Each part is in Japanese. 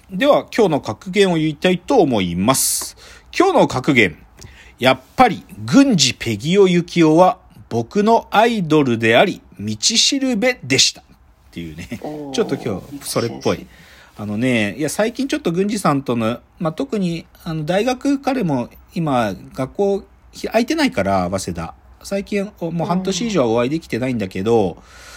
では今日の格言を言いたいと思います。今日の格言。やっぱり郡司ペギオユキオは僕のアイドルであり道しるべでしたっていうね。ちょっと今日それっぽい。いや最近ちょっと郡司さんとの、特に大学彼も今学校空いてないから早稲田。最近もう半年以上お会いできてないんだけど、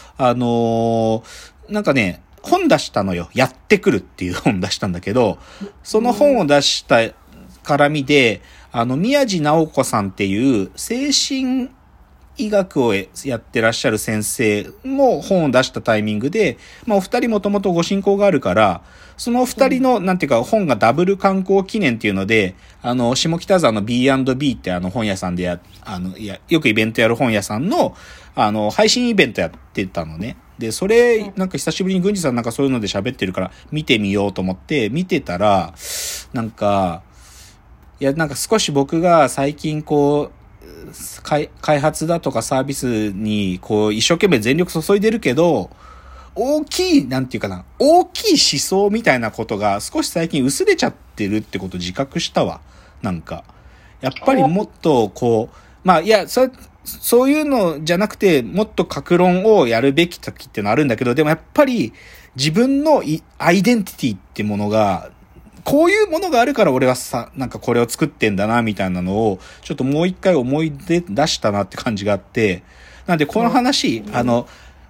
なんかね、本出したのよ。やってくるっていう本出したんだけど、その本を出した絡みで、宮地直子さんっていう精神医学をやってらっしゃる先生も本を出したタイミングで、お二人もともとご親交があるから、その二人の、なんていうか、本がダブル刊行記念っていうので、下北沢の B&B って本屋さんでよくイベントやる本屋さんの、配信イベントやってたのね。で、それ、なんか久しぶりに郡司さんなんかそういうので喋ってるから、見てみようと思って、見てたら、なんか少し僕が最近開発だとかサービスに一生懸命全力注いでるけど、大きい思想みたいなことが少し最近薄れちゃってるってことを自覚したわ。なんか。やっぱりもっとそういうのじゃなくて、もっと格論をやるべき時ってのあるんだけど、でもやっぱり自分のアイデンティティってものが、こういうものがあるから俺はなんかこれを作ってんだな、みたいなのを、ちょっともう一回思い出したなって感じがあって、なんでこの話、あと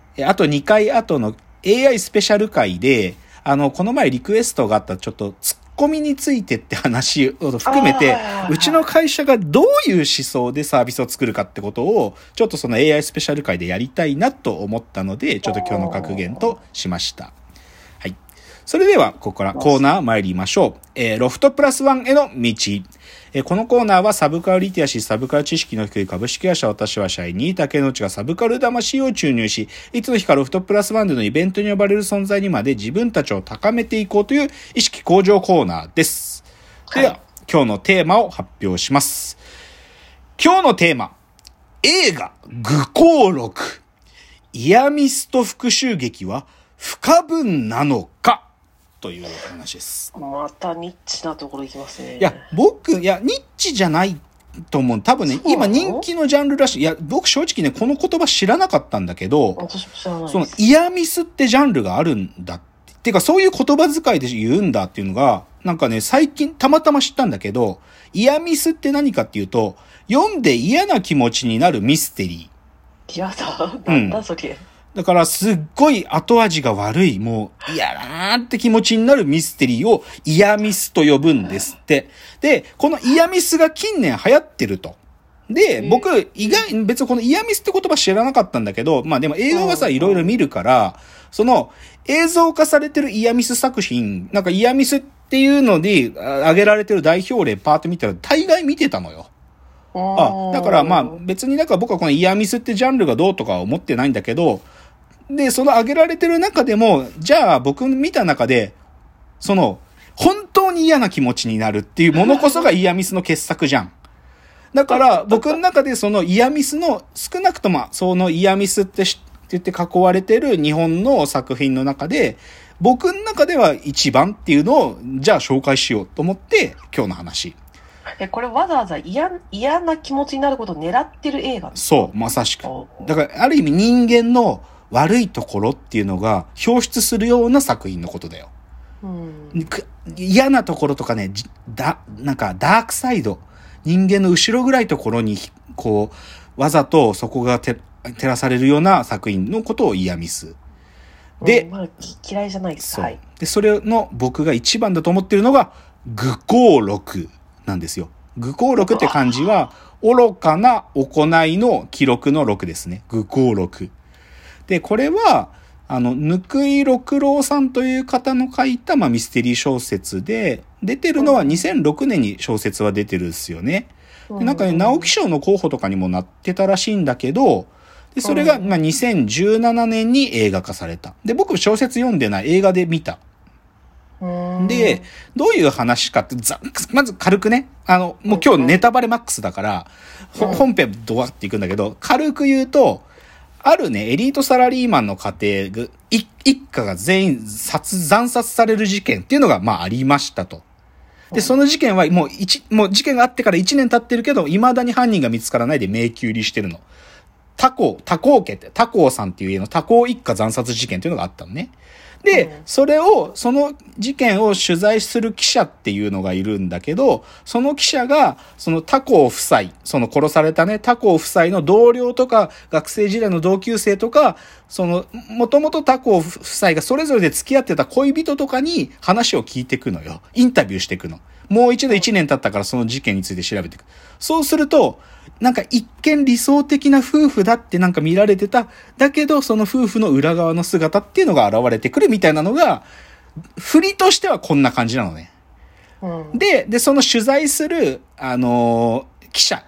2回後の AI スペシャル回で、この前リクエストがあったちょっとツッコミについてって話を含めて、うちの会社がどういう思想でサービスを作るかってことを、ちょっとその AI スペシャル回でやりたいなと思ったので、ちょっと今日の格言としました。はい。それでは、ここからコーナー参りましょう。ロフトプラスワンへの道。このコーナーはサブカルリテラシー、サブカル知識の低い株式会社私は社員に竹之内がサブカル魂を注入し、いつの日かロフトプラスワンでのイベントに呼ばれる存在にまで自分たちを高めていこうという意識向上コーナーです。では、今日のテーマを発表します。今日のテーマ、映画、愚行録。イヤミスと復讐劇は不可分なのかという話です。 またニッチなところ行きますね。 いや、ニッチじゃないと思う。多分ね、今人気のジャンルらしい。いや、僕正直ね、この言葉知らなかったんだけど、 私も知らないです。 そのイヤミスってジャンルがあるんだって。てか、そういう言葉遣いで言うんだっていうのが、なんかね、最近たまたま知ったんだけど、イヤミスって何かっていうと、読んで嫌な気持ちになるミステリー。嫌だ。なんだそれ。 だからすっごい後味が悪い、もう嫌だなーって気持ちになるミステリーをイヤミスと呼ぶんですって。で、このイヤミスが近年流行ってると。で、僕別にこのイヤミスって言葉知らなかったんだけど、でも映画はさ、いろいろ見るから、その映像化されてるイヤミス作品、なんかイヤミスっていうので挙げられてる代表例パーッと見たら大概見てたのよ。だから別に僕はこのイヤミスってジャンルがどうとかは思ってないんだけど、で、その挙げられてる中でも、じゃあ僕見た中で、本当に嫌な気持ちになるっていうものこそがイヤミスの傑作じゃん。だから僕の中でそのイヤミスの、少なくともそのイヤミスって言って囲われてる日本の作品の中で、僕の中では一番っていうのを、じゃあ紹介しようと思って今日の話。 これわざわざ嫌な気持ちになることを狙ってる映画ですか？ そう、まさしく。だからある意味人間の悪いところっていうのが表出するような作品のことだよ。嫌なところとかね、なんかダークサイド、人間の後ろぐらいところに、わざとそこが照らされるような作品のことをイヤミス。で、 嫌いじゃないです。はい。 で、それの僕が一番だと思ってるのが、愚行録なんですよ。愚行録って漢字は、愚かな行いの記録の録ですね。愚行録。で、これは、貫井六郎さんという方の書いた、ミステリー小説で、出てるのは2006年に小説は出てるんですよね。でなんかね、直木賞の候補とかにもなってたらしいんだけど、でそれが、2017年に映画化された。で、僕小説読んでない映画で見た。で、どういう話かって、まず軽くね、もう今日ネタバレマックスだから、本編ドワっていくんだけど、軽く言うと、 あるね、エリートサラリーマンの家庭が、一家が全員惨殺される事件っていうのが、まあありましたと。で、その事件はもう事件があってから1年経ってるけど、未だに犯人が見つからないで迷宮入りしてるの。他校家って、他校さんっていう家の他校一家惨殺事件っていうのがあったのね。で、その事件を取材する記者っていうのがいるんだけど、その記者が、その他校夫妻、その殺されたね、他校夫妻の同僚とか、学生時代の同級生とか、もともと他校夫妻がそれぞれで付き合ってた恋人とかに話を聞いていくのよ。インタビューしていくの。もう一度1年経ったからその事件について調べていく。そうすると、なんか一見理想的な夫婦だってなんか見られてた。だけどその夫婦の裏側の姿っていうのが現れてくるみたいなのが、振りとしてはこんな感じなのね。で、その取材する、記者、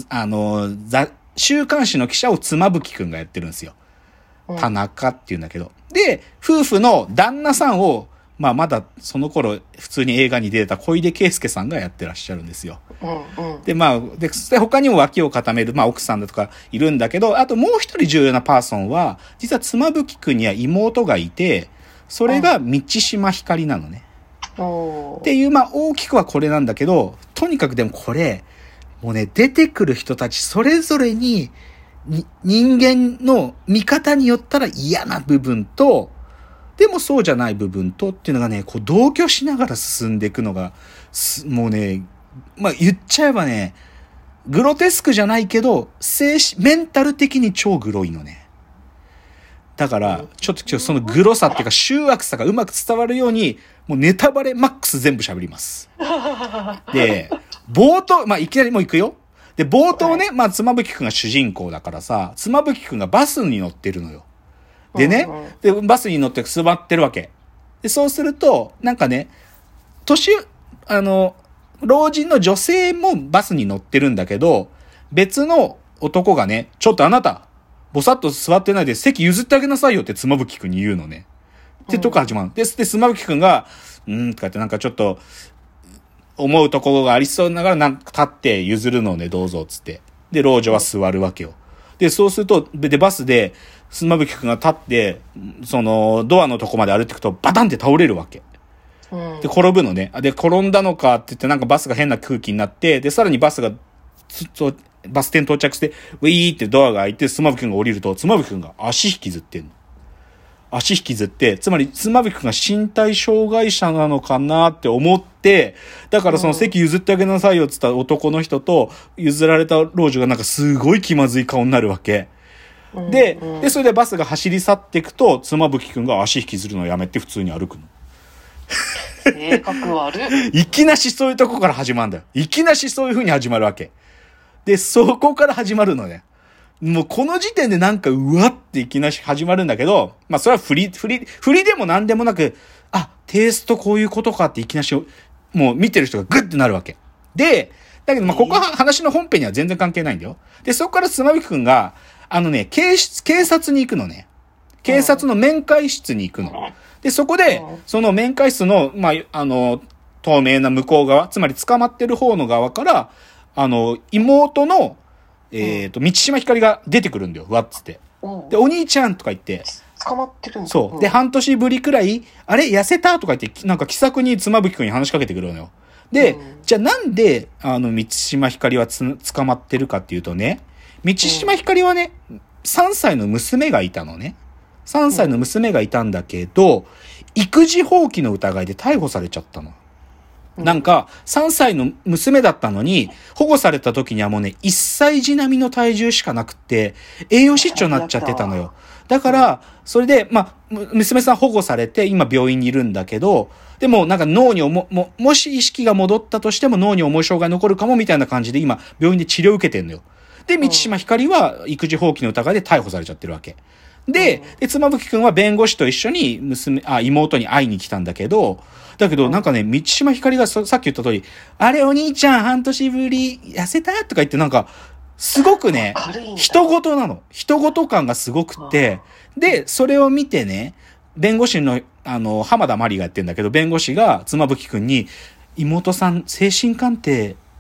週刊誌の記者を妻夫木くんがやってるんですよ。田中っていうんだけど。で、夫婦の旦那さんを、まあまだその頃普通に映画に出てた小出圭介さんがやってらっしゃるんですよ。で、まあ、で、他にも脇を固める、まあ奥さんだとかいるんだけど、あともう一人重要なパーソンは、実は妻夫木くんには妹がいて、それが道島ひかりなのね。っていう、まあ大きくはこれなんだけど、とにかくでもこれ、もうね、出てくる人たちそれぞれに、人間の見方によったら嫌な部分と、でもそうじゃない部分とっていうのがね、こう同居しながら進んでいくのが、もうね、まあ言っちゃえばね、グロテスクじゃないけど、メンタル的に超グロいのね。だから、ちょっと今日そのグロさっていうか、醜悪さがうまく伝わるように、もうネタバレマックス全部喋ります。で、冒頭、まあいきなりもう行くよ。で、冒頭ね、まあ妻夫木くんが主人公だからさ、妻夫木くんがバスに乗ってるのよ。でね、で、バスに乗って座ってるわけ。で、そうすると、なんかね、老人の女性もバスに乗ってるんだけど、別の男がね、ちょっとあなた、ぼさっと座ってないで席譲ってあげなさいよって妻夫木くんに言うのね。ってとこから始まる。で、妻夫木くんが、とか言ってなんかちょっと、思うところがありそうながらなんか立って譲るのね、どうぞ、つって。で、老女は座るわけよ。で、そうすると、で、バスで、妻夫木くんが立って、ドアのとこまで歩いていくと、バタンって倒れるわけ。で、転ぶのね。で、転んだのかって言って、なんかバスが変な空気になって、で、さらにバス停到着して、ウィーってドアが開いて、妻夫木くんが降りると、妻夫木くんが足引きずってんの。足引きずって、つまり妻夫木くんが身体障害者なのかなって思って、だからその席譲ってあげなさいよって言った男の人と、譲られた老女がなんかすごい気まずい顔になるわけ。で、それでバスが走り去っていくと、妻夫木くんが足引きずるのをやめて普通に歩くの。 性格悪い。 いきなしそういうとこから始まるんだよ。いきなしそういう風に始まるわけ。で、そこから始まるのね。もうこの時点でなんかうわっていきなし始まるんだけど、まあそれは振りでもなんでもなく、あ、テイストこういうことかっていきなしもう見てる人がグッてなるわけ。で、だけどまあここは話の本編には全然関係ないんだよ。で、そこから妻夫木くんが、警察に行くのね。警察の面会室に行くの。で、そこで、その面会室の、まあ、透明な向こう側、つまり捕まってる方の側から、妹の、道島ひかりが出てくるんだよ、わっつって。で、お兄ちゃんとか言って、 捕まってるんだ。 そう。で、半年ぶりくらい、あれ痩せたとか言って、なんか気さくに妻夫木くんに話しかけてくるのよ。で、じゃあなんで、道島ひかりは捕まってるかっていうとね、道島ひかりはね、3歳の娘がいたのね。3歳の娘がいたんだけど、育児放棄の疑いで逮捕されちゃったの。なんか、3歳の娘だったのに、保護された時にはもうね、1歳児並みの体重しかなくって、栄養失調になっちゃってたのよ。だから、それで、まあ、娘さん保護されて、今病院にいるんだけど、でもなんか脳にもし意識が戻ったとしても脳に重い障害残るかもみたいな感じで今、病院で治療を受けてんのよ。で、道島ひかりは育児放棄の疑いで逮捕されちゃってるわけ。で、妻夫木くんは弁護士と一緒に妹に会いに来たんだけど、なんかね、道島ひかりがさっき言った通り、あれお兄ちゃん半年ぶり痩せたとか言ってなんか、すごくね、人事なの。人事感がすごくて、で、それを見てね、弁護士の、浜田真理がやってんだけど、弁護士が妻夫木くんに、妹さん精神鑑定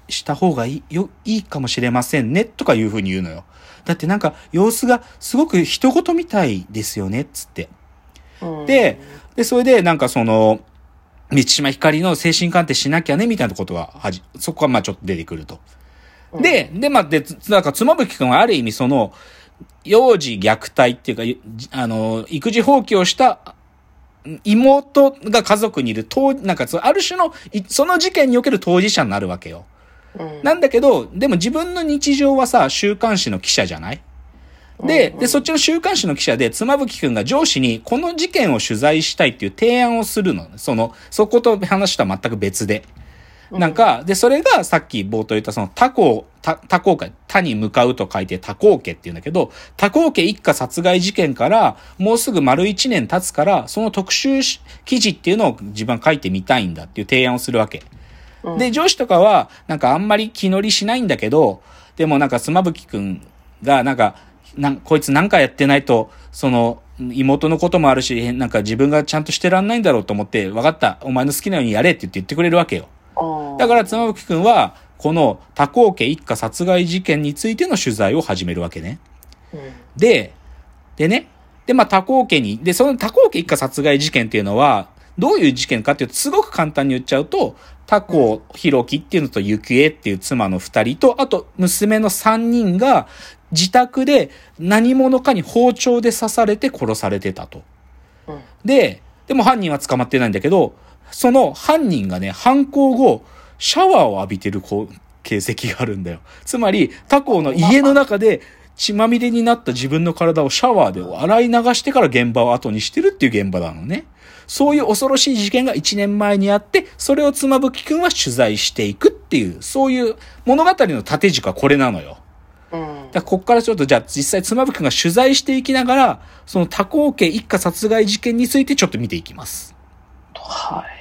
した方がいいかもしれませんね、とかいう風に言うのよ。だってなんか、様子がすごく人事みたいですよね、つって。で、それでなんか満島ひかりの精神鑑定しなきゃね、みたいなことがそこはまあちょっと出てくると。で、なんか妻夫木くんはある意味幼児虐待っていうか、育児放棄をした妹が家族にいるなんかある種の、その事件における当事者になるわけよ。なんだけど、でも自分の日常はさ、週刊誌の記者じゃない？で、そっちの週刊誌の記者で、妻夫木くんが上司にこの事件を取材したいっていう提案をするの。そこと話とは全く別で。なんか、で、それがさっき冒頭言った他校家、他に向かうと書いて他校家って言うんだけど、他校家一家殺害事件からもうすぐ丸1年経つから、その特集記事っていうのを自分は書いてみたいんだっていう提案をするわけ。で、上司とかは、なんかあんまり気乗りしないんだけど、でもなんか妻夫木くんがこいつなんかやってないと、妹のこともあるし、なんか自分がちゃんとしてらんないんだろうと思って、分かった、お前の好きなようにやれって言ってくれるわけよ。だから妻夫木くんは、この他校家一家殺害事件についての取材を始めるわけね。で、まあ他校家に、その他校家一家殺害事件っていうのは、どういう事件かっていうと、すごく簡単に言っちゃうと、他校弘樹っていうのと幸恵っていう妻の2人と、あと娘の3人が自宅で何者かに包丁で刺されて殺されてたと。でも犯人は捕まってないんだけど、その犯人がね、犯行後、シャワーを浴びてる形跡があるんだよ。つまり、他校の家の中で血まみれになった自分の体をシャワーで洗い流してから現場を後にしてるっていう現場なのね。そういう恐ろしい事件が1年前にあって、それを妻夫木くんは取材していくっていう、そういう物語の縦軸はこれなのよ。だからこっからちょっとじゃあ実際妻夫木くんが取材していきながら、その他校家一家殺害事件についてちょっと見ていきます。 はい。